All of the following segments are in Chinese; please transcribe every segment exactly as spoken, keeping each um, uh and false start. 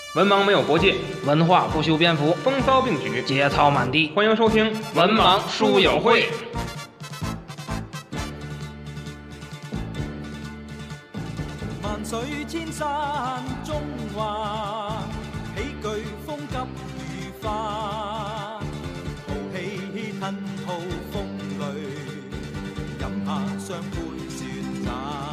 文盲没有国界， 文化不修边幅， 风骚并举， 节操满地。 欢迎收听文盲书友会。 萬水千山中華，喜劇風急雨花，豪氣吞吐風雷，飲下雙杯雪茶。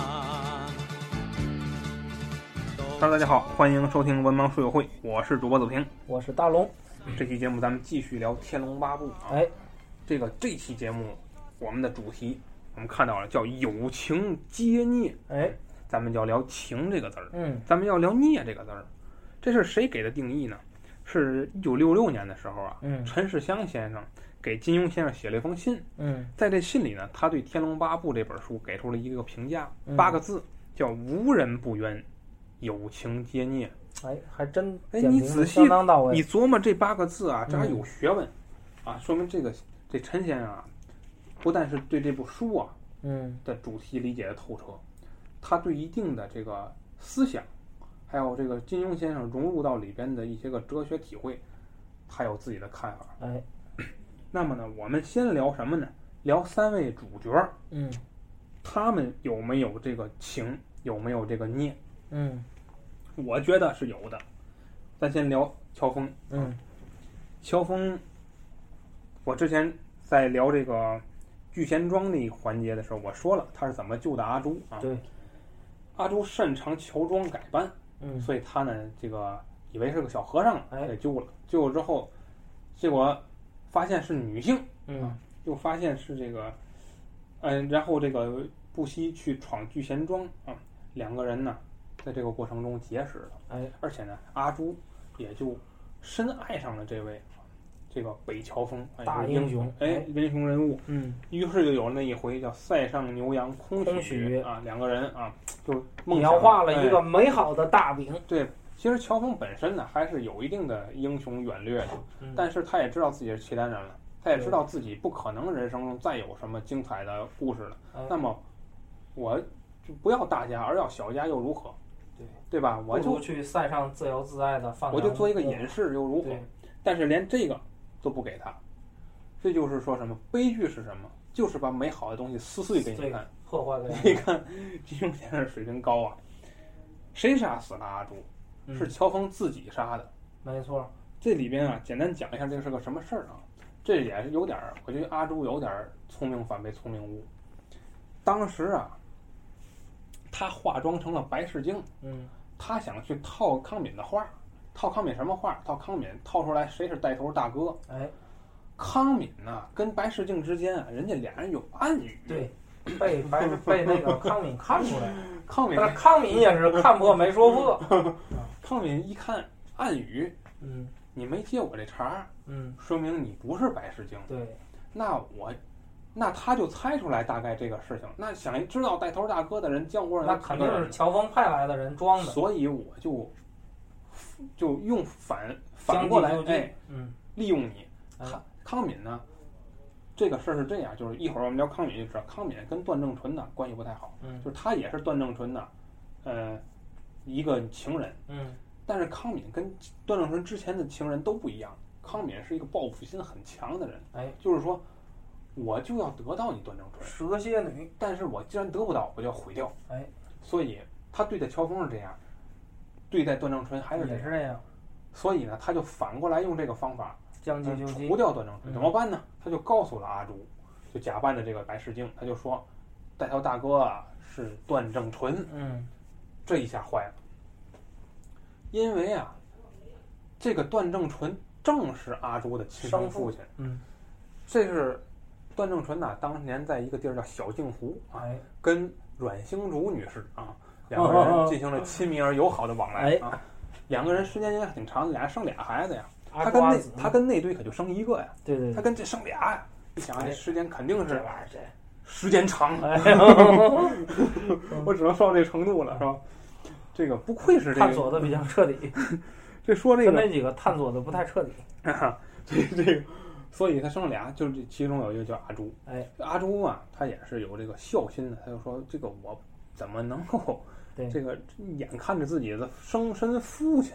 Hello， 大家好，欢迎收聽文盲書友會，我是主播子平， 我是大龍。 这期节目咱们继续聊《天龍八部》啊。 哎， 这个这期节目我们的主题我们看到了，叫有情皆孽。 哎， 咱们要聊情这个字儿， 嗯， 咱们要聊孽这个字儿。这是谁给的定义呢？是一九六六年的时候啊， 嗯， 陈世香先生给金庸先生写了一封信。 嗯， 在这信里呢，他对《天龙八部》这本书给出了一个评价， 嗯、 八个字，叫无人不冤，有情皆孽。 哎，还真哎，你仔细你琢磨这八个字啊，这还有学问、嗯、啊，说明这个这陈先生啊，不但是对这部书啊， 嗯的主题理解的透彻，他对一定的这个思想，还有这个金庸先生融入到里边的一些个哲学体会，他有自己的看法。 哎， 那么呢，我们先聊什么呢？聊三位主角， 嗯， 他们有没有这个情，有没有这个孽？ 嗯， 我觉得是有的。咱先聊乔峰。 嗯， 乔峰，我之前在聊这个聚贤庄那一环节的时候，我说了他是怎么救的阿朱啊。 对， 阿朱擅长乔装改扮， 嗯，所以他呢这个以为是个小和尚， 哎， 给救了。救了之后，结果发现是女性， 嗯， 啊、又发现是这个，嗯、呃，然后这个不惜去闯聚贤庄啊，两个人呢在这个过程中结识了， 哎， 而且呢阿朱也就深爱上了这位这个北乔峰、哎、 大英雄， 哎，英雄人物。 嗯， 于是就有了那一回叫塞上牛羊空许啊，两个人啊就描画了一个美好的大饼。 哎、对，其实乔峰本身呢还是有一定的英雄远略的、嗯，但是他也知道自己是契丹人了，他也知道自己不可能人生中再有什么精彩的故事了。 哎、 那么我就不要大家，而要小家又如何？ 对对吧？我就去塞上自由自在的放， 我就做一个隐士又如何？但是连这个都不给他，这就是说什么悲剧是什么？就是把美好的东西撕碎给你看， 破坏给你看。金庸先生水平高啊！谁杀死了阿朱？ 嗯、 是乔峰自己杀的， 没错。 这里边啊，简单讲一下这个是个什么事儿啊？这也是有点，我觉得阿朱有点聪明反被聪明误。当时啊，他化妆成了白世京， 嗯， 他想去套康敏的话，套康敏什么话？套康敏套出来谁是带头大哥？ 哎， 康敏呢、啊、跟白世京之间啊，人家俩人有暗语， 对，被白被那个康敏看出来， 康敏， 但康敏也是看破没说破。 康敏一看暗语， 嗯， 你没接我这茬， 嗯， 说明你不是白世京。 对， 那我。那他就猜出来大概这个事情，那想知道带头大哥的人，江湖人那肯定是乔峰派来的人装的， 所以我就就用反反过来，哎， 嗯， 利用你。康康敏呢，这个事儿是这样，就是一会儿我们聊康敏就知道，康敏跟段正淳呢关系不太好， 嗯， 就是他也是段正淳的，呃，一个情人， 嗯， 但是康敏跟段正淳之前的情人都不一样，康敏是一个报复心很强的人， 哎， 就是说。我就要得到你段正淳， 蛇蝎女， 但是我既然得不到，我就要毁掉。 哎， 所以他对待乔峰是这样，对待段正淳还是这样。 也是这样。 所以呢，他就反过来用这个方法将计就计， 除掉段正淳。怎么办呢？他就告诉了阿朱，就假扮的这个白世京，他就说，带头大哥啊是段正淳。 嗯， 这一下坏了，因为啊，这个段正淳正是阿朱的亲生父亲。 嗯， 这是。段正淳呢，当年在一个地儿叫小镜湖啊， 哎、 跟阮星竹女士啊两个人进行了亲密而友好的往来啊。 哎、 两个人时间应该挺长，俩人生俩孩子呀。 他跟那他跟那堆可就生一个呀。 对 对, 对。 他跟这生俩呀，你想这时间肯定是这玩意儿这时间长。 哎、 我只能说到这程度了，是吧？这个不愧是这个探索的比较彻底。 这说这个那几个探索的不太彻底。 这这个。所以他生了俩，就是其中有一个叫阿朱。 哎， 阿朱嘛，他也是有这个孝心的，他就说这个我怎么能够这个眼看着自己的生身父亲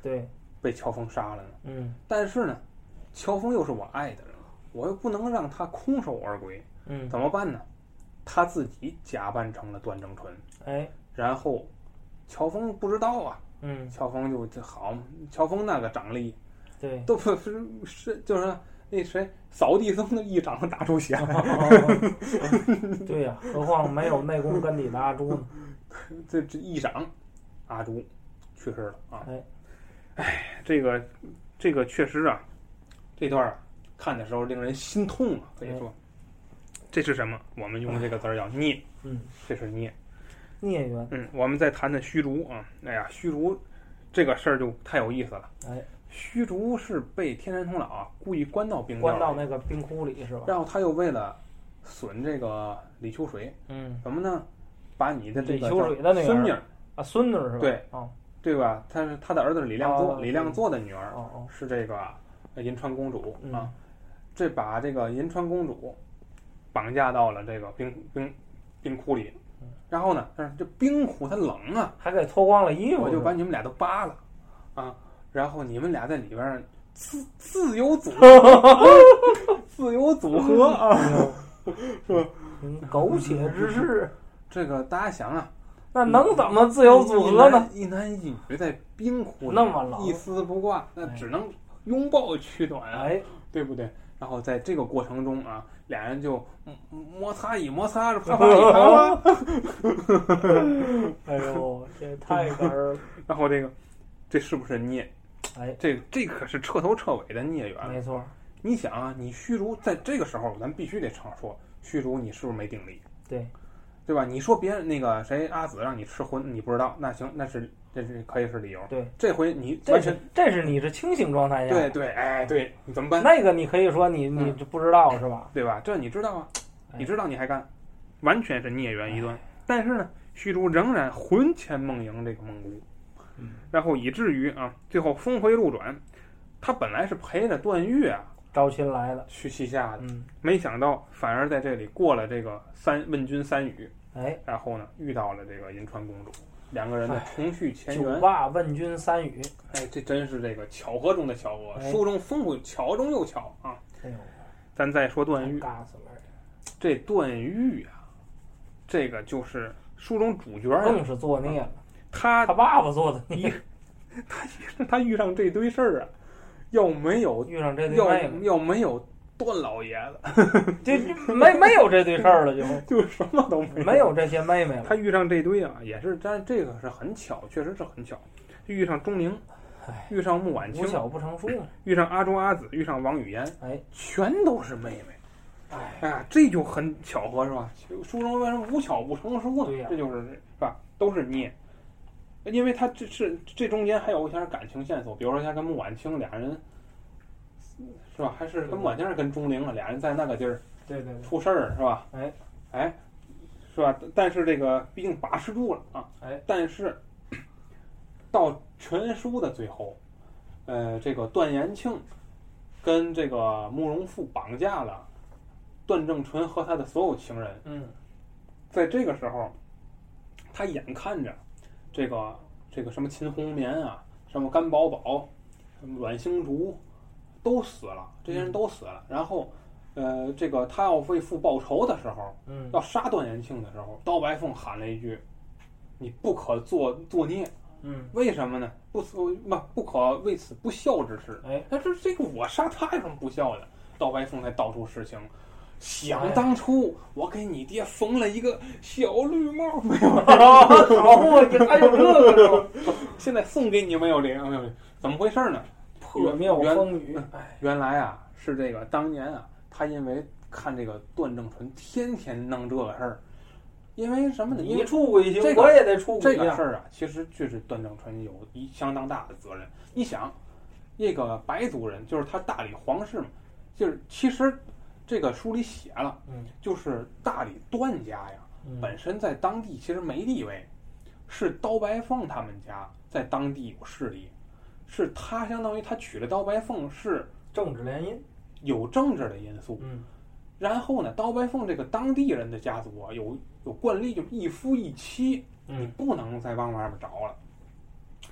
对， 被乔峰杀了呢？ 嗯但是呢，乔峰又是我爱的人，我又不能让他空手而归， 嗯， 怎么办呢？他自己假扮成了段正淳， 哎， 然后乔峰不知道啊， 嗯， 乔峰就就好，乔峰那个掌力对， 都不是是就是那谁扫地僧的一掌打出血来， 对呀、何况没有内功根底的阿朱呢。 这这一掌，阿朱去世了啊！ 哎， 哎，这个这个确实啊，这段啊看的时候令人心痛啊，可以说，这是什么？我们用这个字儿叫孽， 嗯， 这是孽。 孽缘， 嗯，我们再谈谈虚竹啊，哎呀，虚竹这个事儿就太有意思了。 哎， 虚竹是被天山童姥啊故意关到冰窖关到那个冰窟里是吧？ 然后他又为了损这个李秋水， 嗯， 什么呢？把你的这李个秋水的那个孙女儿， 啊，孙女是吧？ 对， 哦， 对吧？他是他的儿子李亮作， 哦李亮作的女儿哦哦， 是这个呃银川公主嗯啊。这把这个银川公主绑架到了这个冰冰冰窟里，然后呢，但是这冰窟它冷啊， 还给脱光了衣服， 我就把你们俩都扒了啊，然后你们俩在里边儿自自由组自由组合啊，是吧？ 嗯苟且之事， 这个大家想啊， 那能怎么自由组合呢？ 一男一女在冰窟里那么冷一丝不挂，那只能拥抱取暖啊， 哎， 对不对？然后在这个过程中啊，俩人就摩擦一摩擦着，啪啪一啪啪。 哎呦，这太哏儿了。 然后这个，这是不是孽？ 哎， 这这可是彻头彻尾的孽缘。 没错。 你想啊，你虚竹在这个时候，咱必须得承说，虚竹你是不是没定力？ 对， 对吧？你说别人那个谁阿紫让你吃荤，你不知道，那行，那是这是可以是理由。 对， 这回你这是这是你是清醒状态下。 对对，哎对，你怎么办？ 那个你可以说你你就不知道是吧？ 对吧？这你知道啊， 哎你知道你还干，完全是孽缘一端。但是呢，虚竹仍然魂牵梦萦这个梦姑， 嗯， 然后以至于啊，最后峰回路转，他本来是陪着段誉啊招亲来的， 去西夏的， 嗯， 没想到反而在这里过了这个三问君三语， 哎， 然后呢遇到了这个银川公主，两个人的重续前缘。 酒吧问君三语， 哎，这真是这个巧合中的巧合， 哎书中丰富，巧中又巧啊！ 哎呦， 咱再说段誉， 尬死了， 这段誉啊，这个就是书中主角啊， 更是作孽了。 他他爸爸做的孽， 他他遇上这堆事儿啊，要没有遇上这对要妹妹， 要没有段老爷子， 这没没有这对事儿了，就就什么都没有。 没有这些妹妹了。 他遇上这堆啊，也是，但这个是很巧，确实是很巧。遇上钟灵， 哎， 遇上穆婉清无，巧不成书嘛。 遇上阿朱阿紫，遇上王语嫣， 哎， 全都是妹妹。 哎， 哎呀，这就很巧合是吧？书中为什么无巧不成书呢？ 对呀这就是是吧？都是孽。因为他这是这中间还有一些感情线索，比如说他跟穆婉清俩人，是吧？还是跟穆婉清是跟钟灵啊，俩人在那个地儿对对对， 出事儿是吧？ 哎哎，是吧？但是这个毕竟把持住了啊。 哎， 但是到全书的最后，呃，这个段延庆跟这个慕容复绑架了段正淳和他的所有情人。 嗯， 在这个时候，他眼看着这个这个什么秦红棉啊，什么甘宝宝，什么阮星竹都死了，这些人都死了。然后，呃，这个他要为父报仇的时候， 嗯， 要杀段延庆的时候，刀白凤喊了一句：“你不可作作孽。” 嗯， 为什么呢？不不不可为此不孝之事。 哎， 他说这个我杀他有什么不孝的？刀白凤才道出实情。想当初我给你爹缝了一个小绿帽，没有？ 好嘛，这还有这个是吧？ 现在送给你没有这个？没有这个？怎么回事呢？ 破庙风雨，哎， 原来啊是这个当年啊，他因为看这个段正淳天天弄这个事儿，因为什么呢？因你为出轨行， 这个我也得出这轨呀。 个事儿啊，其实就是段正淳有一相当大的责任。你想，这个白族人就是他大理皇室嘛，就是其实这个书里写了， 嗯， 就是大理段家呀， 嗯本身在当地其实没地位，是刀白凤他们家在当地有势力，是他相当于他娶了刀白凤是政治联姻， 有政治的因素。 嗯， 然后呢，刀白凤这个当地人的家族啊，有有惯例，就是一夫一妻，你嗯， 不能再往外面找了。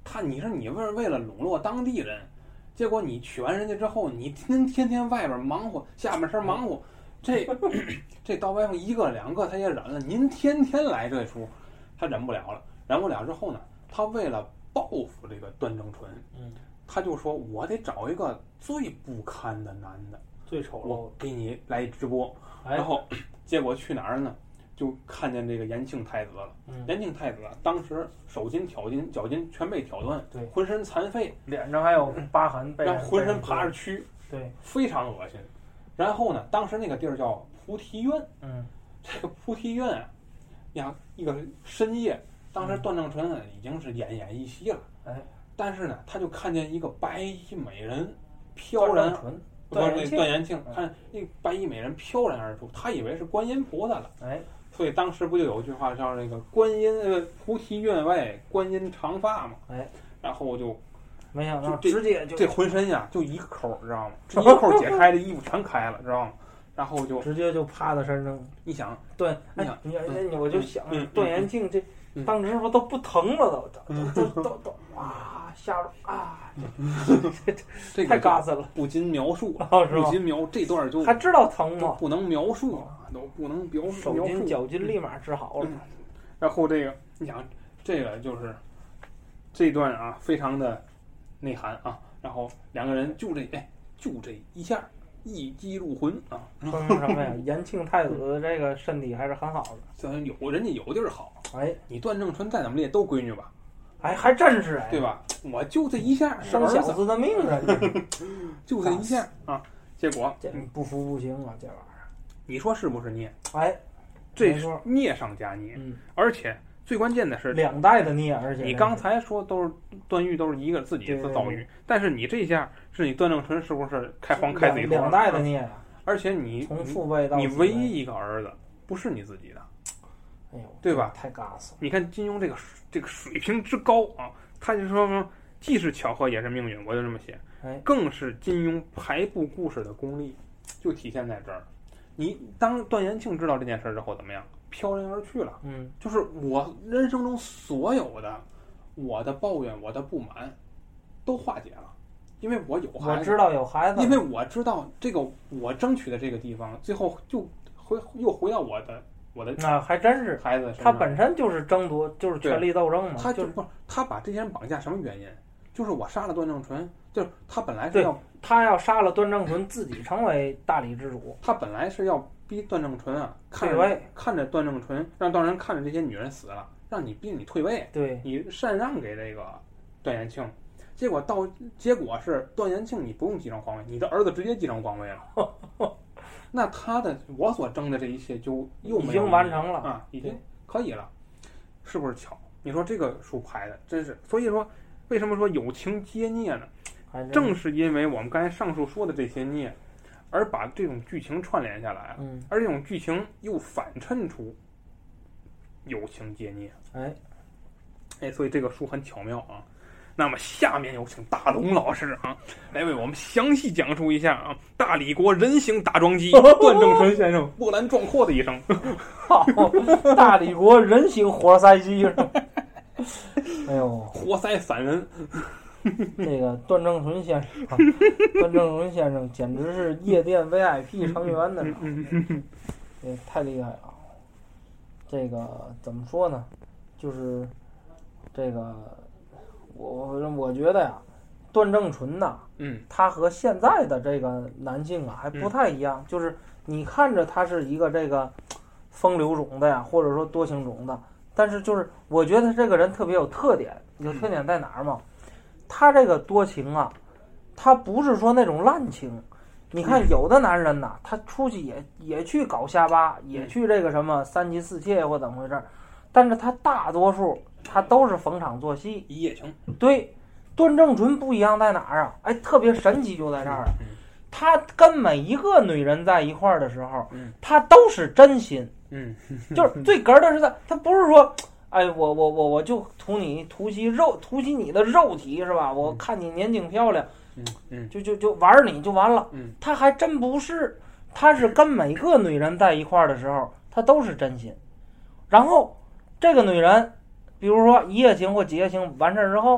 他你说你为为了笼络当地人，结果你娶完人家之后，你天天天外边忙活，下半身忙活，这这刀白凤一个两个他也忍了，您天天来这出，他忍不了了，忍不了之后呢，他为了报复这个段正淳， 嗯， 他就说我得找一个最不堪的男的， 最丑我给你来直播， 哎、 然后结果去哪儿呢？就看见这个延庆太子了。 嗯、 延庆太子当时手筋、挑筋、脚筋全被挑断， 对， 浑身残废， 脸上还有疤痕，被然后浑身爬着蛆， 对， 非常恶心。然后呢，当时那个地儿叫菩提院， 嗯， 这个菩提院啊，呀，一个深夜，当时段正淳啊已经是奄奄一息了， 哎， 但是呢，他就看见一个白衣美人飘然。 段那段延庆看那白衣美人飘然而出，他以为是观音菩萨了， 哎， 所以当时不就有句话叫那个观音呃菩提院外观音长发嘛， 哎， 然后就没想到直接就这浑身呀就一个口，知道吗？这一个口解开，这衣服全开了，知道吗？然后就直接就趴在身上。 你想， 对， 你想， 你你我就想嗯、 段延庆这、 嗯、 当时不都不疼了都，都都都都哇吓着啊！这这太嘎死了， 不禁描述， 不禁描这段就还知道疼吗？ 不能描述啊，都不能描述。 手筋脚筋立马治好了。 嗯、然后这个你想，这个就是这段啊，非常的内涵啊。然后两个人就这哎，就这一下。一击入魂啊！ 说明什么呀？延庆太子的这个身体还是很好的， 虽然有人家有地儿好， 哎， 你段正淳再怎么烈都闺女吧？ 哎，还真是哎， 对吧？我就这一下生小子的命啊！ 就这一下啊！结果这不服不行啊！这玩意儿， 你说是不是孽？ 哎， 这是孽上加孽， 嗯， 而且最关键的是两代的孽，而且你刚才说都是段誉都是一个自己的遭遇，但是你这下是你段正淳是不是开荒开自己两代的孽呀？ 而且你从父辈到你唯一一个儿子不是你自己的， 哎呦， 对吧？ 太尬死了！ 你看金庸这个这个水平之高啊，他就说说既是巧合也是命运，我就这么写， 哎， 更是金庸排布故事的功力，就体现在这儿。你当段延庆知道这件事之后怎么样？飘然而去了， 嗯， 就是我人生中所有的我的抱怨、我的不满都化解了，因为我有孩子， 我知道有孩子， 因为我知道这个我争取的这个地方，最后就回又回到我的我的那还真是孩子， 他本身就是争夺，就是权力斗争嘛， 他就不是他把这些人绑架什么原因？就是我杀了段正淳，就是他本来是要他要杀了段正淳，自己成为大理之主， 他本来是要逼段正淳啊，看着看着段正淳，让段正淳看着这些女人死了，让你逼你退位， 对， 你禅让给这个段延庆，结果到结果是段延庆你不用继承皇位，你的儿子直接继承皇位了，那他的我所争的这一切就又没有已经完成了啊，已经可以了，是不是巧？你说这个书排的真是，所以说为什么说有情皆孽呢？正是因为我们刚才上述说的这些孽，而把这种剧情串联下来， 嗯， 而这种剧情又反衬出有情皆孽， 哎， 哎，所以这个书很巧妙啊。那么下面有请大龙老师啊，来为我们详细讲述一下啊，大理国人形打桩机段正淳先生波澜壮阔的一生。 好，大理国人形活塞机是吧？哎呦， 活塞散人。 这个段正淳先生、啊，段正淳先生简直是夜店 V I P 成员的，也太厉害了。这个怎么说呢？就是这个，我我觉得呀，段正淳呐， 嗯， 他和现在的这个男性啊还不太一样。嗯、就是你看着他是一个这个风流种的呀，或者说多情种的，但是就是我觉得这个人特别有特点，有特点在哪儿嘛？他这个多情啊，他不是说那种滥情。你看有的男人呐，他出去也也去搞瞎巴，也去这个什么三妻四妾或怎么回事，但是他大多数他都是逢场作戏， 一夜情。 对，段正淳不一样在哪儿啊？哎，特别神奇就在这儿啊！他跟每一个女人在一块儿的时候，他都是真心， 嗯， 就是最哏的是他，他不是说。哎，我我我我就图你图其肉，图其你的肉体是吧？我看你年轻漂亮， 嗯嗯， 就就就玩你就完了。 嗯， 他还真不是，他是跟每个女人在一块儿的时候，他都是真心。然后这个女人，比如说一夜情或几夜情完事儿之后，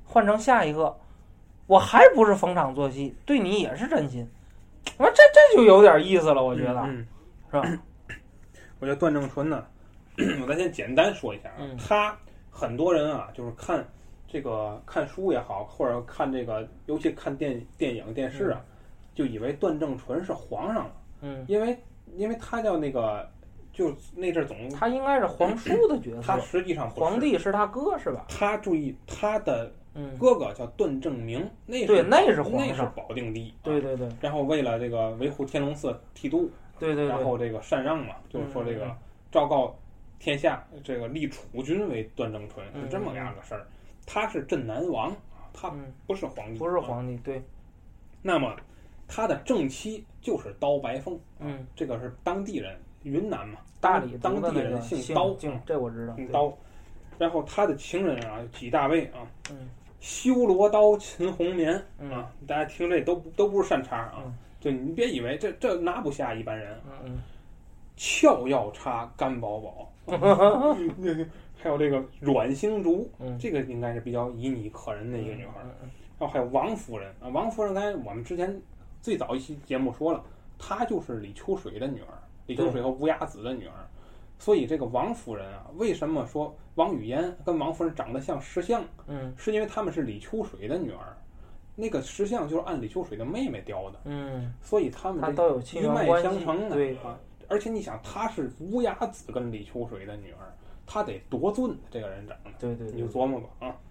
换成下一个，我还不是逢场作戏，对你也是真心，我说这这就有点意思了，我觉得， 嗯， 是吧？ 我觉得段正淳呢，我咱先简单说一下啊， 嗯、 他很多人啊，就是看这个看书也好，或者看这个，尤其看电电影电视啊， 嗯、 就以为段正淳是皇上了， 嗯， 因为因为他叫那个。就那阵总， 他应该是皇叔的角色， 他实际上不是皇帝是他哥是吧？ 他注意他的哥哥叫段正明， 嗯、 那是对，那是皇上， 那是保定帝， 对对对。 然后为了这个维护天龙寺剃度， 对对对， 然后这个禅让嘛，就是说这个昭告天下，这个立楚军为段正淳，是这么样个事儿。他是镇南王啊，他不是皇帝， 不是皇帝，对。 那么他的正妻就是刀白凤， 嗯， 这个是当地人。云南嘛， 大理当地人姓刀， 这我知道， 姓刀。然后他的情人啊，几大位啊， 嗯， 修罗刀秦红棉啊， 嗯、 大家听这都都不是善茬啊， 嗯、 就你别以为这这拿不下一般人。 嗯嗯， 俏药叉甘宝宝，还有这个阮星竹， 嗯、 这个应该是比较旖旎可人的一个女孩。嗯嗯、然后还有王夫人啊，王夫人刚才我们之前最早一期节目说了，她就是李秋水的女儿。李秋水和乌鸦子的女儿，所以这个王夫人啊，为什么说王语嫣跟王夫人长得像石像？ 嗯， 是因为他们是李秋水的女儿，那个石像就是按李秋水的妹妹雕的。 嗯， 所以他们都有一脉相承的。 对啊，而且你想，她是乌鸦子跟李秋水的女儿，她得多俊，这个人长得。 对 对, 对， 你就琢磨吧啊。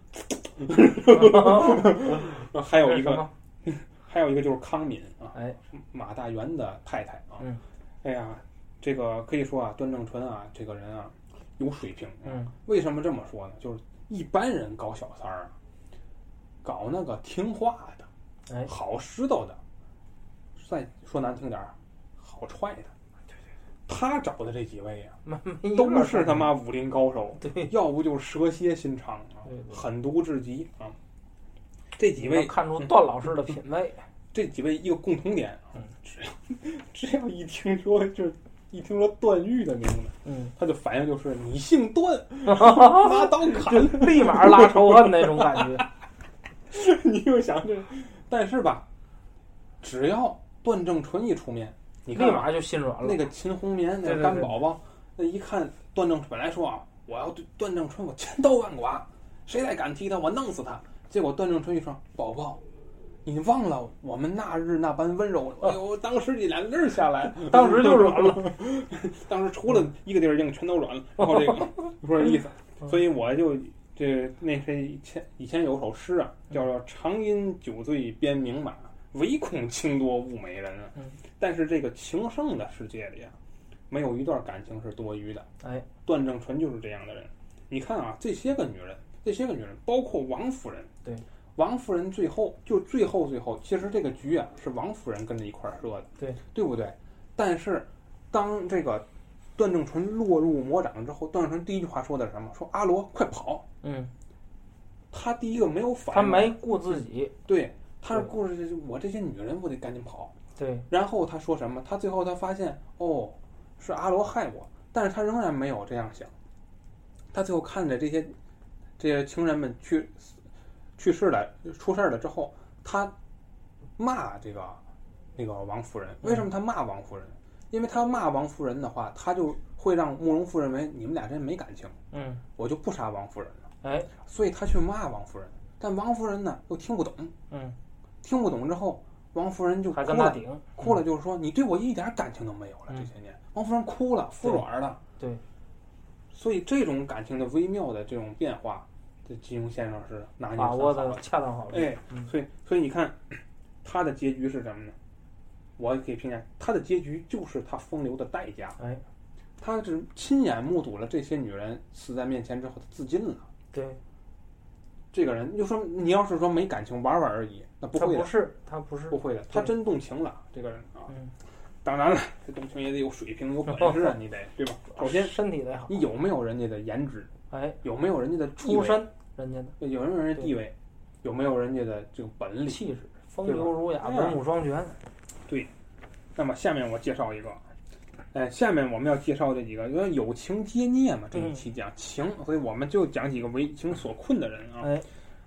还有一个。还有一个就是康敏啊， 哎， 马大元的太太啊， 嗯， 哎呀，这个可以说啊，段正淳啊，这个人啊，有水平。 嗯， 为什么这么说呢？就是一般人搞小三儿啊，搞那个听话的， 哎， 好拾掇的，再说难听点儿，好踹的。 对对对， 他找的这几位啊， 都是他妈武林高手， 对， 要不就是蛇蝎心肠啊， 对对， 狠毒至极啊。这几位看出段老师的品味。 嗯、这几位一个共同点啊，只要只要一听说就是一听说段誉的名字， 嗯， 他就反应就是你姓段，拿刀砍， 立马拉仇恨那种感觉。 你又想这，但是吧，只要段正淳一出面，你看立马就心软了。 那个秦红棉，那个甘宝宝，那一看段正本来说啊，我要对段正淳我千刀万剐，谁再敢提他，我弄死他。结果段正淳一说：“宝宝，你忘了我们那日那般温柔。”哎呦，当时你俩泪下来， 当时就软了。 当时除了一个地儿硬，全都软了。然后这个说这意思，所以我就这那谁以前以前有首诗啊，叫做“常因酒醉鞭名马，唯恐情多误美人”啊。但是这个情圣的世界里啊，没有一段感情是多余的。 哎， 段正淳就是这样的人。你看啊，这些个女人。这些个女人，包括王夫人， 对， 王夫人最后就最后最后，其实这个局啊是王夫人跟着一块儿设的， 对， 对不对？但是当这个段正淳落入魔掌之后，段正淳第一句话说的是什么？说阿罗快跑！ 嗯， 他第一个没有反应， 他没顾自己， 对，他是顾着我这些女人，我得赶紧跑。 对， 然后他说什么？他最后他发现哦，是阿罗害我，但是他仍然没有这样想。他最后看着这些。这些情人们去去世了，出事了之后，他骂这个那个王夫人。为什么他骂王夫人？因为他骂王夫人的话，他就会让慕容复认为你们俩真没感情。 嗯， 我就不杀王夫人了。 哎， 所以他去骂王夫人，但王夫人呢又听不懂。 嗯， 听不懂之后，王夫人就哭了， 顶哭了，就是说你对我一点感情都没有了。嗯、这些年，王夫人哭了，服软了。 对。对， 所以这种感情的微妙的这种变化。这金庸先生是拿捏把握的恰当好了， 哎，所以所以你看，他的结局是什么呢？我可以评价他的结局就是他风流的代价。 哎， 他是亲眼目睹了这些女人死在面前之后，他自尽了。 对， 这个人就说你要是说没感情玩玩而已，那不会的， 他不是，他不是， 不会的，他真动情了。这个人啊， 嗯， 当然了，这动情也得有水平、有本事啊，你得对吧？首先身体得好， 你有没有人家的颜值？ 哎， 有没有人家的出身？人家的有没有人家地位，有没有人家的这个本领、 气质、风流儒雅、文武双全？ 对。那么下面我介绍一个，哎，下面我们要介绍这几个，因为友情皆孽嘛，这一期讲情，所以我们就讲几个为情所困的人啊。 哎，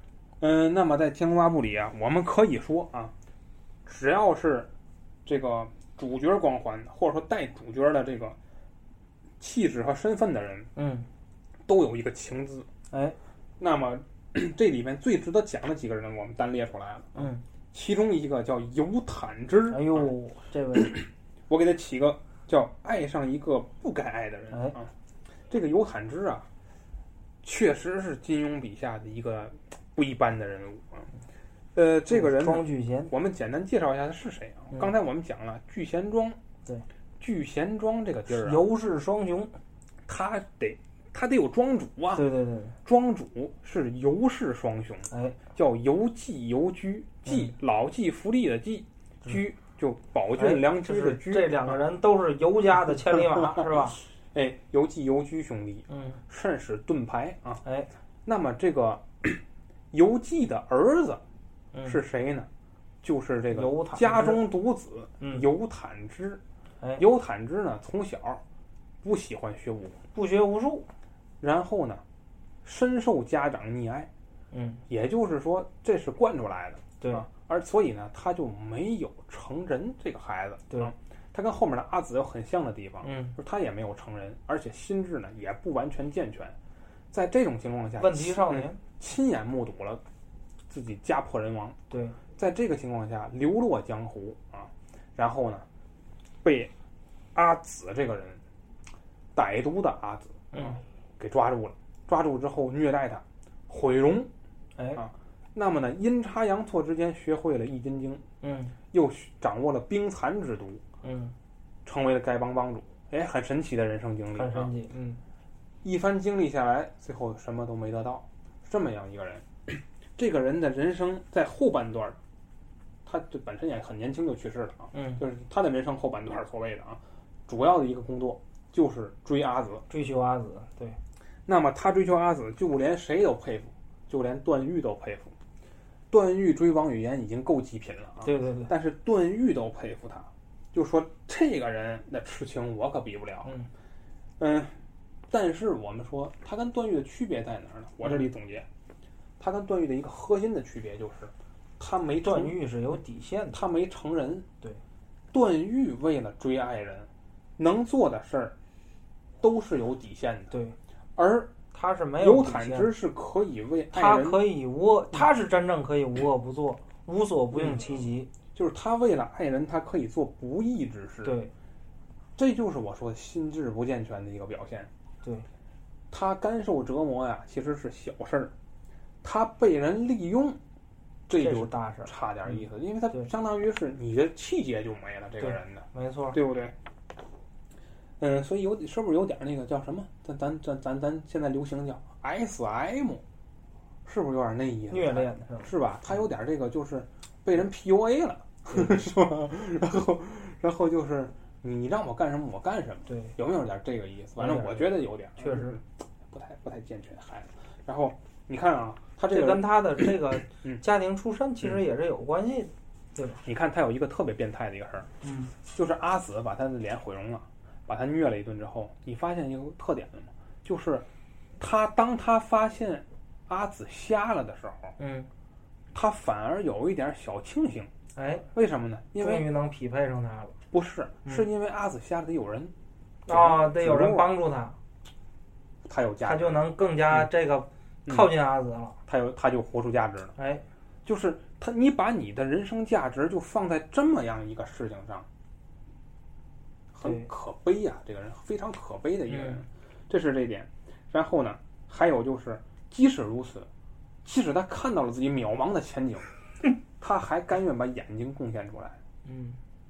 嗯，那么在《天龙八部》里啊，我们可以说啊，只要是这个主角光环或者说带主角的这个气质和身份的人， 嗯， 都有一个情字。 哎， 那么这里面最值得讲的几个人，我们单列出来了。 嗯， 其中一个叫尤坦之。 哎呦，这位我给他起个叫爱上一个不该爱的人。 哎啊，这个尤坦之啊，确实是金庸笔下的一个不一般的人物啊。呃，这个人呢庄聚贤， 我们简单介绍一下他是谁啊？ 嗯刚才我们讲了聚贤庄， 对， 聚贤庄这个地儿啊， 尤氏双雄， 他得他得有庄主啊。 对对对， 庄主是尤氏双雄， 哎， 叫尤季尤居，季、 嗯、 老骥伏枥的骥，居就宝哎骏良驹的驹。 这两个人都是尤家的千里马，是吧？ 哎，尤季尤居兄弟， 嗯， 甚是盾牌啊。 哎， 那么这个尤季的儿子嗯是谁呢？就是这个尤坦之家中独子嗯尤坦之。 哎， 尤坦之呢，从小不喜欢学武功， 不学无术， 然后呢，深受家长溺爱。 嗯， 也就是说，这是惯出来的。 对， 啊，而所以呢，他就没有成人这个孩子。 对， 啊，他跟后面的阿紫有很像的地方。 嗯， 就是他也没有成人，而且心智呢也不完全健全。在这种情况下， 问题少年、 嗯、亲眼目睹了自己家破人亡。 对， 在这个情况下流落江湖啊，然后呢，被阿紫这个人，歹毒的阿紫啊， 嗯， 给抓住了。抓住之后虐待他，毁容。 哎啊，那么呢，阴差阳错之间学会了易筋经， 嗯， 又掌握了冰蚕之毒， 嗯， 成为了丐帮帮主。哎，很神奇的人生经历， 很神奇。嗯， 一番经历下来，最后什么都没得到，这么样一个人。这个人的人生在后半段，他这本身也很年轻就去世了啊。 嗯， 就是他的人生后半段，所谓的啊，主要的一个工作就是追阿紫， 追求阿紫。对， 那么他追求阿紫，就连谁都佩服。就连段誉都佩服，段誉追王语嫣已经够极品了啊！ 对对对， 但是段誉都佩服他，就说这个人的痴情我可比不了。 嗯嗯，但是我们说他跟段誉的区别在哪儿呢？我这里总结，他跟段誉的一个核心的区别就是，他没段誉是有底线的， 他没成人。 对， 段誉为了追爱人，能做的事儿都是有底线的。 对， 而他是没有尤坦之是可以为爱人， 他可以无恶，他是真正可以无恶不作，无所不用其极。 就是他为了爱人，他可以做不义之事。 对， 这就是我说心智不健全的一个表现。 对， 他甘受折磨呀，其实是小事儿；他被人利用，这就大事， 差点意思，因为他对相当于是你的气节就没了，这个人的， 没错， 对不对？嗯，所以有是不是有点那个叫什么？咱咱咱咱咱现在流行叫 S M， 是不是有点那意思？ 虐恋是吧？ 是吧？他有点这个就是被人 P U A 了，是吧？然后然后就是你你让我干什么我干什么， 对， 有没有点这个意思？反正我觉得有点， 确实不太不太健全孩子。然后你看啊，他这个这跟他的这个嗯家庭出身其实也是有关系的，对吧？ 你看他有一个特别变态的一个事儿， 嗯， 就是阿紫把他的脸毁容了。把他虐了一顿之后，你发现一个特点了吗？就是他当他发现阿紫瞎了的时候， 嗯， 他反而有一点小庆幸。 哎， 为什么呢？因为终于能匹配上他了。 不是， 嗯是因为阿紫瞎了得有人啊，得有人帮助他， 他有价值， 他就能更加这个靠近阿紫了。 嗯、他有他就活出价值了。 哎， 就是他，你把你的人生价值就放在这么样一个事情上。很可悲呀、啊，这个人非常可悲的一个人， 嗯、 这是这一点。然后呢，还有就是，即使如此，即使他看到了自己渺茫的前景，他还甘愿把眼睛贡献出来。 嗯。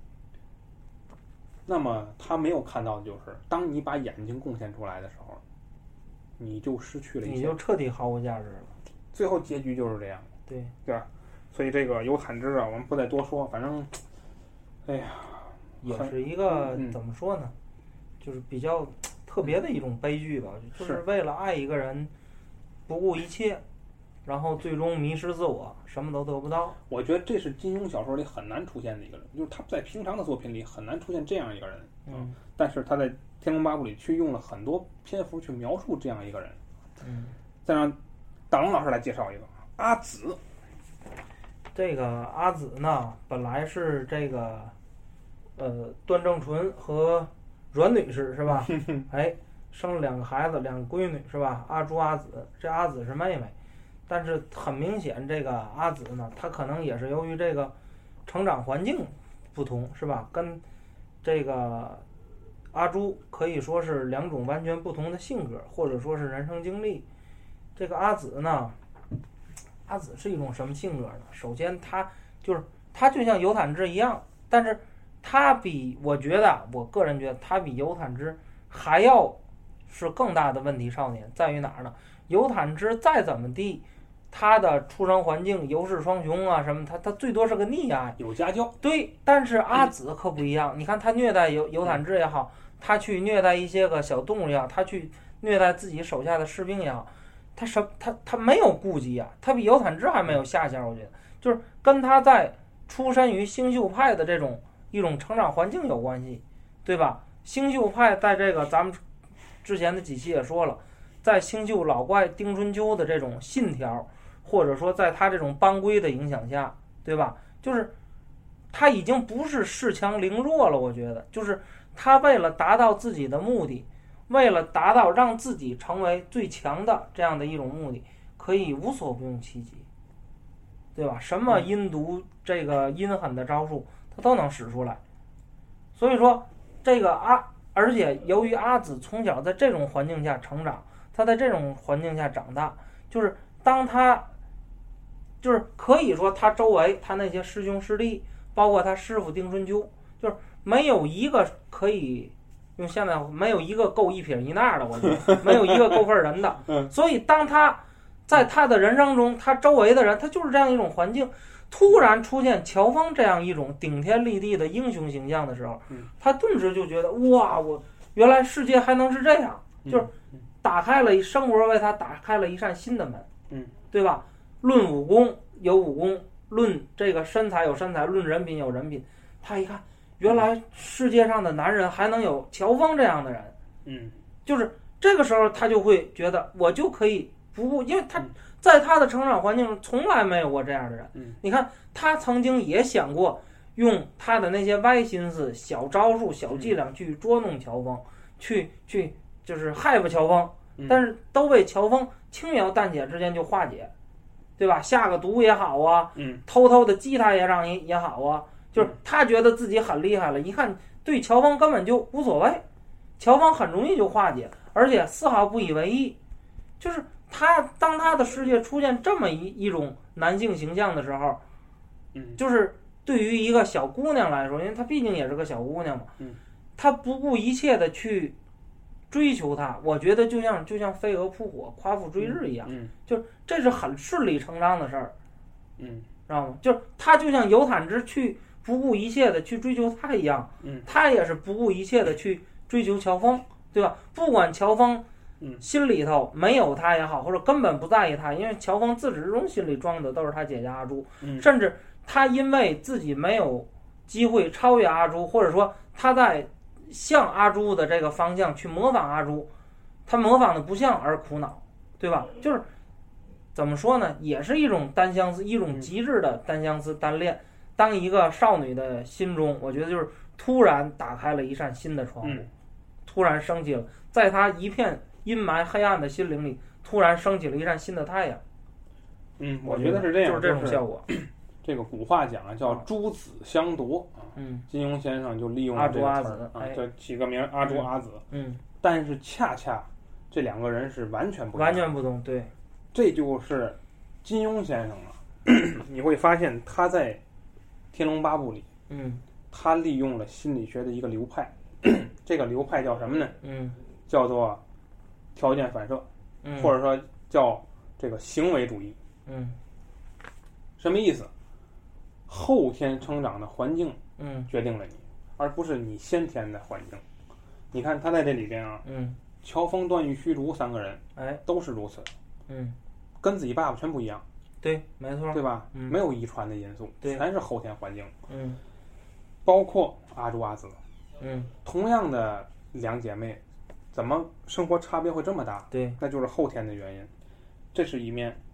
那么他没有看到的就是，当你把眼睛贡献出来的时候，你就失去了一切， 你就彻底毫无价值了。 最后结局就是这样， 对对吧？所以这个尤坦之啊，我们不再多说，反正，哎呀。 也是一个、 嗯、 怎么说呢，就是比较特别的一种悲剧吧，就是为了爱一个人不顾一切，然后最终迷失自我，什么都得不到。 我觉得这是金庸小说里很难出现的一个人，就是他在平常的作品里很难出现这样一个人， 嗯， 但是他在《天龙八部》里却用了很多篇幅去描述这样一个人。 嗯， 再让大龙老师来介绍一个阿紫。 这个阿紫呢，本来是这个呃段正淳和阮女士是吧？哎，生了两个孩子，两个闺女是吧？阿朱、阿紫，这阿紫是妹妹，但是很明显，这个阿紫呢，她可能也是由于这个成长环境不同是吧？跟这个阿朱可以说是两种完全不同的性格，或者说是人生经历。这个阿紫呢？阿紫是一种什么性格呢？首先，他就是他就像尤坦之一样，但是他比我觉得，我个人觉得他比尤坦之还要是更大的问题少年，在于哪儿呢？尤坦之再怎么地，他的出生环境尤氏双雄啊什么，他他最多是个溺爱， 有家教。 对，但是阿紫可不一样，你看他虐待尤尤坦之也好，他去虐待一些个小动物也好，他去虐待自己手下的士兵也好。他什他他没有顾忌啊，他比尤坦之还没有下限，我觉得就是跟他在出身于星宿派的这种一种成长环境有关系，对吧？星宿派在这个咱们之前的几期也说了，在星宿老怪丁春秋的这种信条，或者说在他这种帮规的影响下，对吧？就是他已经不是恃强凌弱了，我觉得就是他为了达到自己的目的。为了达到让自己成为最强的这样的一种目的，可以无所不用其极，对吧？什么阴毒这个阴狠的招数，他都能使出来。所以说，这个阿，而且由于阿紫从小在这种环境下成长，他在这种环境下长大，就是当他，就是可以说他周围他那些师兄师弟，包括他师傅丁春秋，就是没有一个可以。用现在没有一个够一撇一捺的，我觉得没有一个够份人的。所以当他在他的人生中，他周围的人，他就是这样一种环境，突然出现乔峰这样一种顶天立地的英雄形象的时候，他顿时就觉得哇，我原来世界还能是这样，就是打开了生活为他打开了一扇新的门， 嗯， 对吧？论武功有武功，论这个身材有身材，论人品有人品，他一看。原来世界上的男人还能有乔峰这样的人， 嗯， 就是这个时候他就会觉得我就可以不顾，因为他在他的成长环境中从来没有过这样的人。 嗯， 你看他曾经也想过用他的那些歪心思、小招数、小伎俩去捉弄乔峰，去去就是害怕乔峰，但是都被乔峰轻描淡写之间就化解，对吧？下个毒也好啊， 嗯， 偷偷的击他也让也也好啊。就是他觉得自己很厉害了，一看对乔峰根本就无所谓，乔峰很容易就化解，而且丝毫不以为意。就是他当他的世界出现这么一一种男性形象的时候， 嗯， 就是对于一个小姑娘来说，因为她毕竟也是个小姑娘嘛， 嗯， 她不顾一切的去追求他，我觉得就像就像飞蛾扑火、夸父追日一样， 嗯， 就这是很顺理成章的事儿， 嗯， 知道吗？就是他就像尤坦之去。不顾一切的去追求他一样， 嗯， 他也是不顾一切的去追求乔峰，对吧？不管乔峰， 嗯， 心里头没有他也好，或者根本不在意他，因为乔峰自始至终心里装的都是他姐姐阿朱， 嗯， 甚至他因为自己没有机会超越阿朱，或者说他在向阿朱的这个方向去模仿阿朱，他模仿的不像而苦恼，对吧？就是怎么说呢，也是一种单相思，一种极致的单相思单恋。当一个少女的心中，我觉得就是突然打开了一扇新的窗户， 嗯、 突然升起了，在她一片阴霾黑暗的心灵里，突然升起了一扇新的太阳。 嗯， 我觉得是这样， 就是这种效果。 这个古话讲啊，叫诸子相夺啊。 嗯， 金庸先生就利用了这个词儿啊，这起个名阿朱阿紫。 嗯， 但是恰恰这两个人是完全不完全不同，对， 这就是金庸先生啊。你会发现他在《天龙八部》里， 嗯， 他利用了心理学的一个流派，这个流派叫什么呢？ 嗯， 叫做条件反射， 嗯， 或者说叫这个行为主义。 嗯， 什么意思？后天成长的环境， 嗯， 决定了你，而不是你先天的环境。你看他在这里边啊， 嗯， 乔峰、段誉、虚竹三个人， 哎， 都是如此， 嗯， 跟自己爸爸全不一样。 对，没错， 对吧？ 嗯、 没有遗传的因素， 对， 全是后天环境。 嗯， 包括阿朱阿紫， 嗯， 同样的两姐妹，怎么生活差别会这么大？ 对， 那就是后天的原因。这是一面。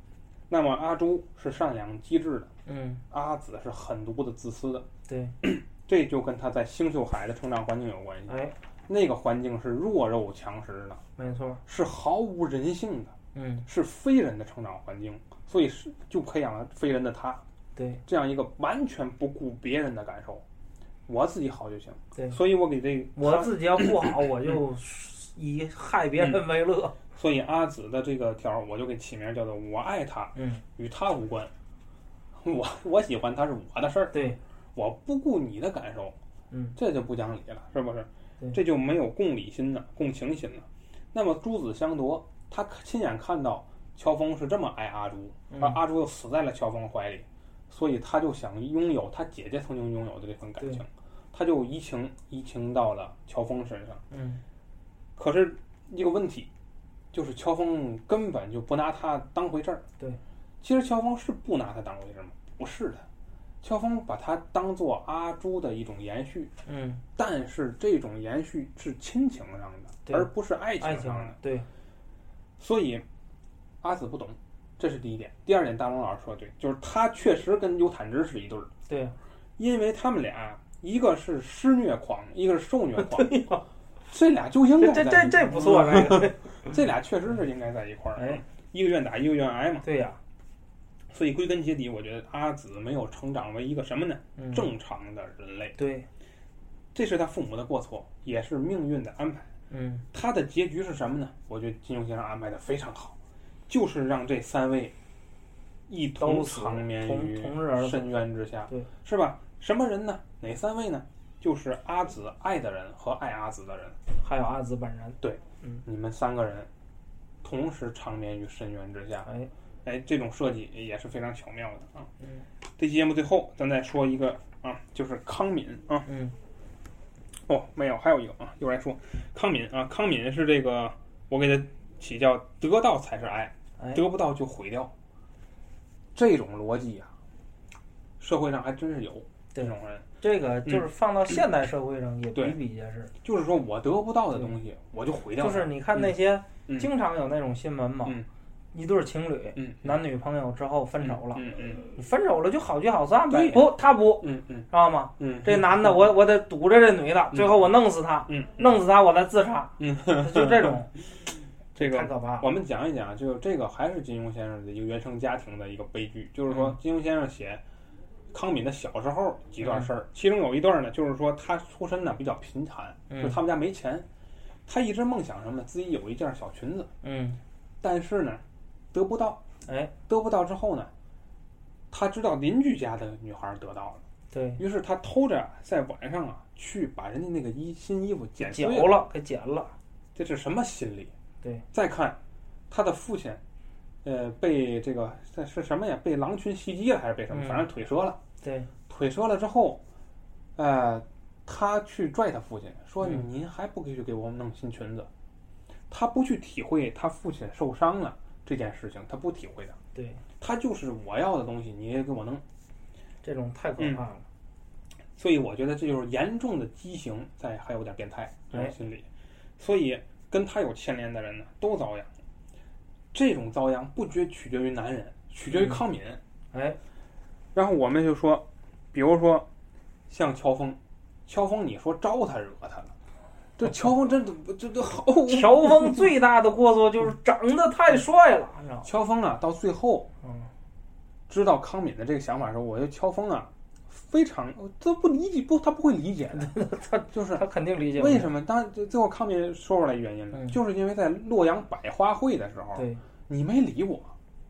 那么阿朱是善良机智的， 嗯， 阿紫是狠毒的自私的， 对， 这就跟他在星宿海的成长环境有关系。 哎， 那个环境是弱肉强食的， 没错， 是毫无人性的， 嗯， 是非人的成长环境，所以是就培养了非人的他， 对， 这样一个完全不顾别人的感受，我自己好就行。 对， 所以我给这个我自己要不好，我就以害别人为乐。 所以阿紫的这个条我就给起名叫做我爱他， 嗯， 与他无关，我我喜欢他是我的事儿， 对， 我不顾你的感受， 嗯， 这就不讲理了，是不是？ 对， 这就没有共理心了，共情心了。那么朱子相夺，他亲眼看到乔峰是这么爱阿朱，而阿朱又死在了乔峰怀里，所以他就想拥有他姐姐曾经拥有的这份感情，他就移情移情到了乔峰身上。 嗯， 可是一个问题，就是乔峰根本就不拿他当回事儿。 对， 其实乔峰是不拿他当回事儿吗？不是的，乔峰把他当做阿朱的一种延续。 嗯， 但是这种延续是亲情上的，而不是爱情上的。 对， 所以阿紫不懂，这是第一点。第二点，大龙老师说的对，就是他确实跟尤坦之是一对儿。 对， 因为他们俩一个是施虐狂，一个是受虐狂。这俩就应该这这这不错，这个这俩确实是应该在一块儿。 哎， 一个愿打，一个愿挨嘛。 对呀。 所以归根结底，我觉得阿紫没有成长为一个什么呢？ 嗯、 正常的人类。 对， 这是他父母的过错，也是命运的安排。 嗯， 他的结局是什么呢？我觉得金庸先生安排的非常好，就是让这三位一同长眠于深渊之下， 对， 是吧？什么人呢？哪三位呢？就是阿紫爱的人和爱阿紫的人， 还有阿紫本人。 对， 嗯， 你们三个人同时长眠于深渊之下。 哎。 哎，这种设计也是非常巧妙的啊！ 嗯， 这期节目最后咱再说一个啊，就是康敏啊。 嗯。 哦，没有，还有一个啊，一会儿来说康敏啊。康敏是这个，我给他起叫得到才是爱， 哎、 得不到就毁掉。这种逻辑啊，社会上还真是有这种人。 这个就是放到现代社会上也比比皆是。 就是说我得不到的东西，我就毁掉它。 就是你看那些、 嗯、 经常有那种新闻嘛。 嗯一对情侣、 嗯， 男女朋友之后分手了， 嗯嗯， 你分手了就好聚好散呗。 对， 不，他不， 嗯嗯， 知道吗？ 嗯， 这男的我我得堵着这女的， 嗯、 最后我弄死他， 嗯， 弄死他我再自杀， 嗯， 就这种， 这个太可怕了。 我们讲一讲，就这个还是金庸先生的一个原生家庭的一个悲剧，就是说金庸先生写康敏的小时候几段事儿、嗯，其中有一段呢，就是说他出身呢比较贫寒， 嗯、 就是他们家没钱，他一直梦想什么呢？自己有一件小裙子， 嗯， 但是呢。得不到， 哎， 得不到之后呢，他知道邻居家的女孩得到了， 对于是他偷着在晚上啊去把人家那个衣新衣服剪碎了，了给剪了， 这是什么心理？ 对， 再看他的父亲，呃，被这个这是什么呀？被狼群袭击了还是被什么？ 嗯、 反正腿折了， 对， 腿折了之后，呃，他去拽他父亲说：“ 嗯、 您还不给去给我们弄新裙子？”他不去体会他父亲受伤了。这件事情他不体会的， 对， 他就是我要的东西，你也给我弄， 这种太可怕了。 嗯、所以我觉得这就是严重的畸形，再还有点变态这种心理。哎、所以跟他有牵连的人呢，都遭殃。这种遭殃不决取决于男人，取决于康敏。 嗯、哎， 然后我们就说，比如说像乔峰，乔峰你说招他惹他了。这乔峰真的这这好。 乔峰最大的过错就是长得太帅了。 乔峰啊，到最后， 嗯， 知道康敏的这个想法的时候，我觉得乔峰啊，非常都不理解，不，他不会理解的。 他就是他肯定理解。 为什么？当然，最后康敏说出来原因了、 嗯， 就是因为在洛阳百花会的时候， 对， 你没理我。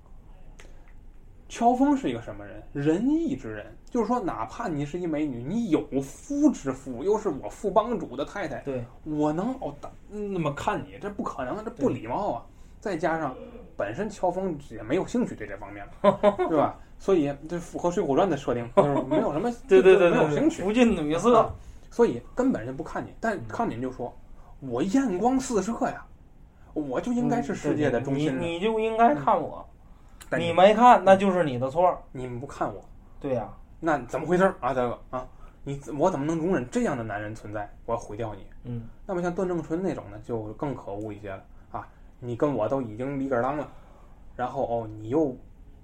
乔峰是一个什么人？仁义之人，就是说，哪怕你是一美女，你有夫之妇，又是我副帮主的太太， 对， 我能哦那么看你，这不可能，这不礼貌啊！再加上本身乔峰也没有兴趣对这方面，对吧？所以这符合《水浒传》的设定，就是没有什么对对对没有兴趣， 不近女色、 啊，所以根本就不看你。但康敏就说：“我艳光四射呀，我就应该是世界的中心、 嗯，你你就应该看我。 嗯” 你没看，那就是你的错。 你们不看我， 对呀、啊， 那怎么回事啊？这个啊，你我怎么能容忍这样的男人存在？我要毁掉你。 嗯， 那么像段正淳那种呢，就更可恶一些了啊！你跟我都已经里个当了，然后哦，你又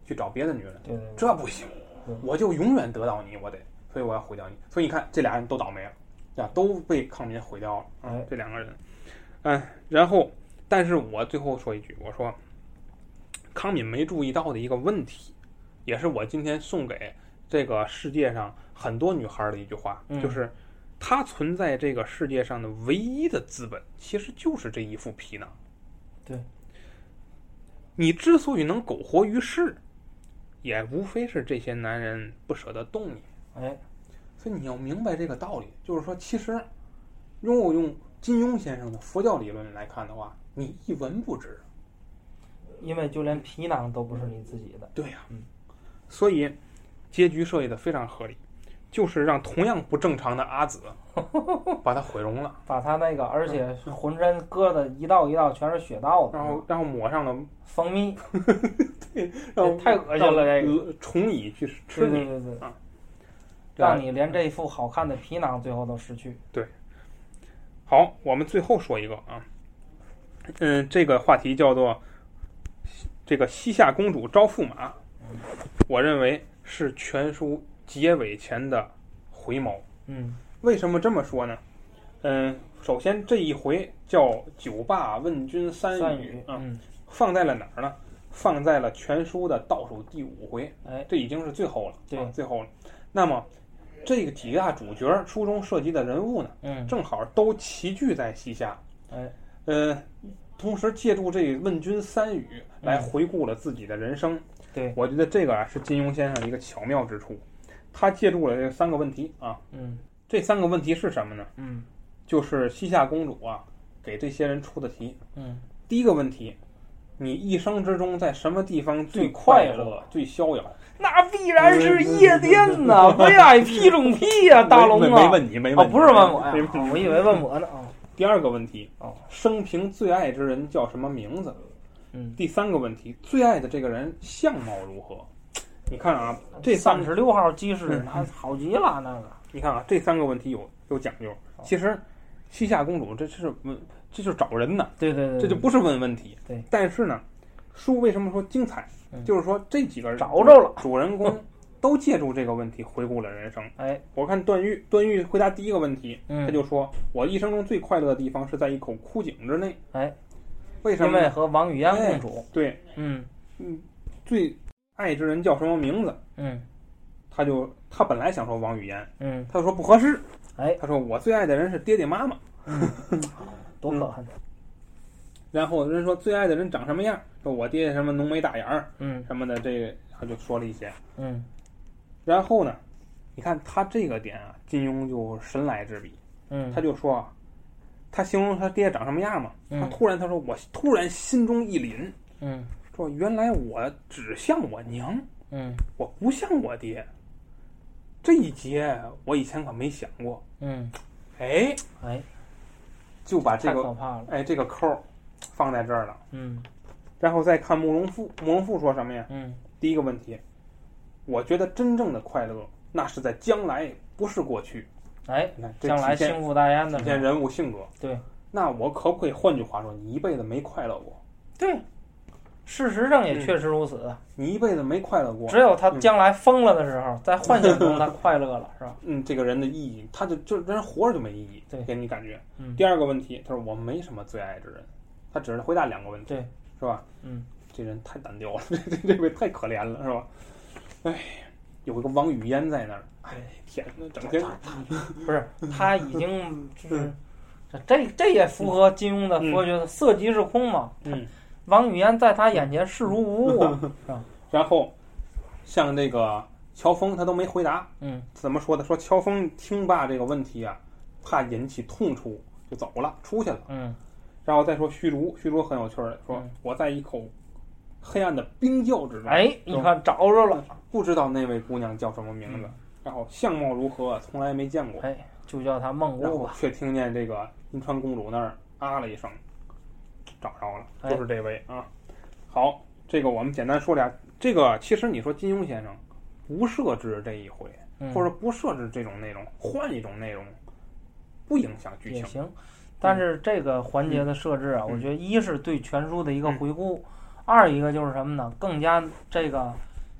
去找别的女人， 对对对， 这不行对， 我就永远得到你，我得，所以我要毁掉你。所以你看，这俩人都倒霉了，呀，都被康敏毁掉了啊， 哎这两个人，嗯，然后，但是我最后说一句，我说，康敏没注意到的一个问题，也是我今天送给这个世界上很多女孩的一句话， 嗯就是她存在这个世界上的唯一的资本，其实就是这一副皮囊。 对， 你之所以能苟活于世，也无非是这些男人不舍得动你。 哎， 所以你要明白这个道理，就是说，其实如果用金庸先生的佛教理论来看的话，你一文不值。 因为就连皮囊都不是你自己的。 对呀、 嗯， 所以结局设计的非常合理，就是让同样不正常的阿紫把他毁容了， 把他那个，而且浑身割的一道一道全是血道的， 然后然后抹上了蜂蜜， 对，然后太恶心了这个虫蚁去吃对对你对对， 啊， 让你连这副好看的皮囊最后都失去。 好，我们最后说一个啊，嗯，这个话题叫做这个西夏公主招驸马，我认为是全书结尾前的回眸。 嗯为什么这么说呢？嗯，首先这一回叫酒罢问君三三语啊， 嗯， 放在了哪儿呢？放在了全书的倒数第五回， 哎， 这已经是最后了， 对啊，最后了。那么这个几大主角书中涉及的人物呢， 嗯， 正好都齐聚在西夏， 哎， 呃，同时借助这问君三语来回顾了自己的人生。 对， 我觉得这个啊是金庸先生的一个巧妙之处，他借助了这三个问题啊， 嗯这三个问题是什么呢？ 嗯就是西夏公主啊给这些人出的题。 嗯， 第一个问题，你一生之中在什么地方最最快快乐乐、最逍遥？ 那必然是夜店呐，V I P 中 P 呀，大龙啊， 没没问你，没问哦， 你， 不是问我呀没， 哦我以为问我呢啊。 第二个问题， 哦， 生平最爱之人叫什么名字？ 嗯， 第三个问题，最爱的这个人相貌如何？你看啊，这三三十六号机师那好极了，那个。 你看啊，这三个问题有有讲究。其实，西夏公主这是问，这就是找人呢， 对对对， 这就不是问问题。 对， 但是呢，书为什么说精彩？ 嗯就是说这几个人找着了， 主人公都借助这个问题回顾了人生。 哎， 我看段誉，段誉回答第一个问题， 嗯他就说：“我一生中最快乐的地方是在一口枯井之内。” 哎， 为什么呢？ 因为和王语嫣共处。 对， 嗯嗯，最爱之人叫什么名字？ 嗯他就他本来想说王语嫣， 嗯， 他就说不合适。 哎， 他说我最爱的人是爹爹妈妈。 多可恨。 然后人说最爱的人长什么样？说我爹什么浓眉大眼儿嗯什么的，这个他就说了一些。 嗯然后呢，你看他这个点啊，金庸就神来之笔， 嗯， 他就说啊，他形容他爹长什么样嘛， 嗯他突然他说我突然心中一凛， 嗯说原来我只像我娘， 嗯我不像我爹。这一节我以前可没想过， 嗯， 哎哎， 就把这个太可怕了。 哎这个扣儿放在这儿了。 嗯然后再看慕容复，慕容复说什么呀？ 嗯第一个问题，我觉得真正的快乐，那是在将来，不是过去。 哎， 你看，这将来体现幸福大宴的体现时候， 人物性格。 对那我可不可以换句话说，你一辈子没快乐过？ 对，事实上也确实如此。 你一辈子没快乐过？ 只有他将来疯了的时候，在幻想中他快乐了，是吧？ 嗯，这个人的意义，他就就人活着就没意义， 对给你感觉。 嗯第二个问题，他说我没什么最爱之人，他只是回答两个问题， 对， 是吧？ 嗯， 这人太单调了，这这这位太可怜了，是吧？哎，有一个王语嫣在那儿，哎天呐，整天不是，他已经就是这这这也符合金庸的佛学的色即是空嘛。 嗯。 王语嫣在他眼前视如无物啊。是吧？ 然后，像这个乔峰他都没回答， 嗯怎么说的？说乔峰听罢这个问题啊，怕引起痛处，就走了，出去了。 嗯然后再说虚竹，虚竹很有趣儿的说， 嗯我在一口黑暗的冰窖之中， 哎，你看找着了， 不知道那位姑娘叫什么名字， 嗯然后相貌如何，从来没见过， 哎，就叫他梦然后姑吧。 却听见这个银川公主那儿啊了一声，找着了， 哎就是这位啊。好，这个我们简单说俩。这个其实你说金庸先生不设置这一回， 嗯或者不设置这种内容，换一种内容，不影响剧情。 也行，但是这个环节的设置啊， 嗯我觉得一是对全书的一个回顾，二一个就是什么呢？更加这个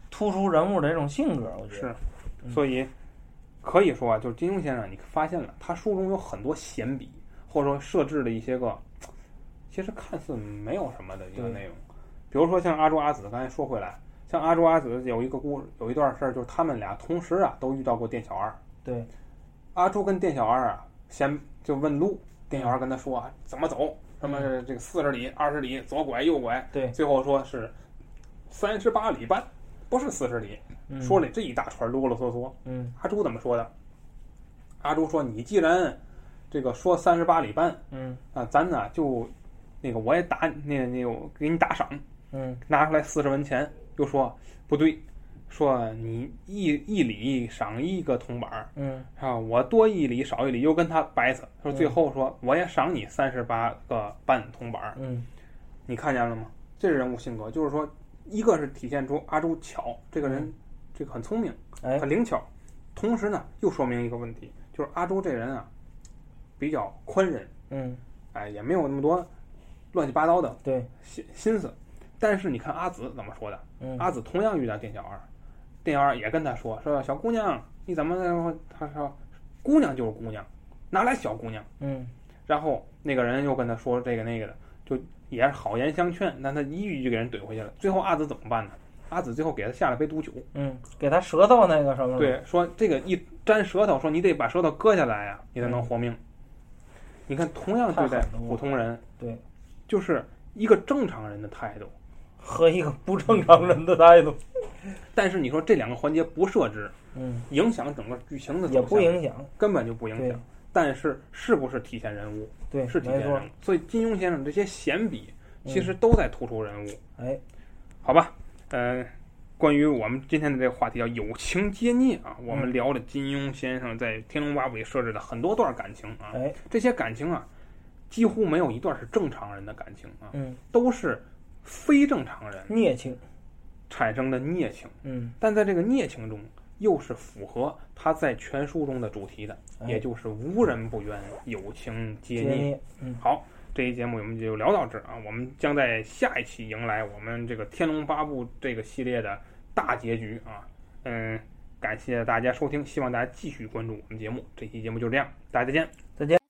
突出人物的这种性格，我觉得是，所以可以说啊，就是金庸先生，你发现了他书中有很多闲笔，或者说设置的一些个，其实看似没有什么的一个内容。比如说像阿朱阿紫，刚才说回来，像阿朱阿紫有一个故事，有一段事儿，就是他们俩同时啊都遇到过店小二。 对， 阿朱跟店小二啊，先就问路，店小二跟他说、啊、怎么走，什么这个四十里、二十里，左拐右拐， 对， 最后说是三十八里半，不是四十里。 嗯、 说了这一大串啰啰嗦嗦。 嗯， 阿朱怎么说的？阿朱说：“你既然这个说三十八里半， 嗯啊，咱呢就那个我也打那个那个我给你打赏， 嗯， 拿出来四十文钱。又说不对，说你一一里赏一个铜板， 嗯啊，我多一里少一里，又跟他掰扯。说最后说我也赏你三十八个半铜板。 嗯， 你看见了吗？这是人物性格，就是说，一个是体现出阿朱巧这个人。嗯这个很聪明，很灵巧，同时呢，又说明一个问题，就是阿朱这人啊，比较宽仁， 嗯， 哎，也没有那么多乱七八糟的对心心思。但是你看阿紫怎么说的？ 嗯， 阿紫同样遇到店小二，店小二也跟他说说小姑娘，你怎么？他说姑娘就是姑娘，哪来小姑娘？ 嗯， 然后那个人又跟他说这个那个的，就也是好言相劝，但他一句一句给人怼回去了。最后阿紫怎么办呢？阿紫最后给他下了杯毒酒， 嗯，给他舌头那个什么， 对，说这个一沾舌头，说你得把舌头割下来呀、啊，你才能活命。嗯、你看，同样对待普通人， 对， 就是一个正常人的态度和一个不正常人的态度。 但是你说这两个环节不设置， 嗯， 影响整个剧情的走向也不影响， 根本就不影响。但是是不是体现人物？ 对， 是体现人物。所以金庸先生这些闲笔其实都在突出人物。 嗯、哎， 好吧。呃，关于我们今天的这个话题叫友情结孽啊，我们聊了金庸先生在《天龙八部》里设置的很多段感情啊， 哎， 这些感情啊，几乎没有一段是正常人的感情啊， 嗯， 都是非正常人孽情产生的孽情， 嗯， 但在这个孽情中，又是符合他在全书中的主题的， 哎、 也就是无人不愿友情结孽。 结孽嗯， 好。这一节目我们就聊到这儿啊，我们将在下一期迎来我们这个《天龙八部》这个系列的大结局啊。嗯，感谢大家收听，希望大家继续关注我们节目。这期节目就这样，大家再见， 再见。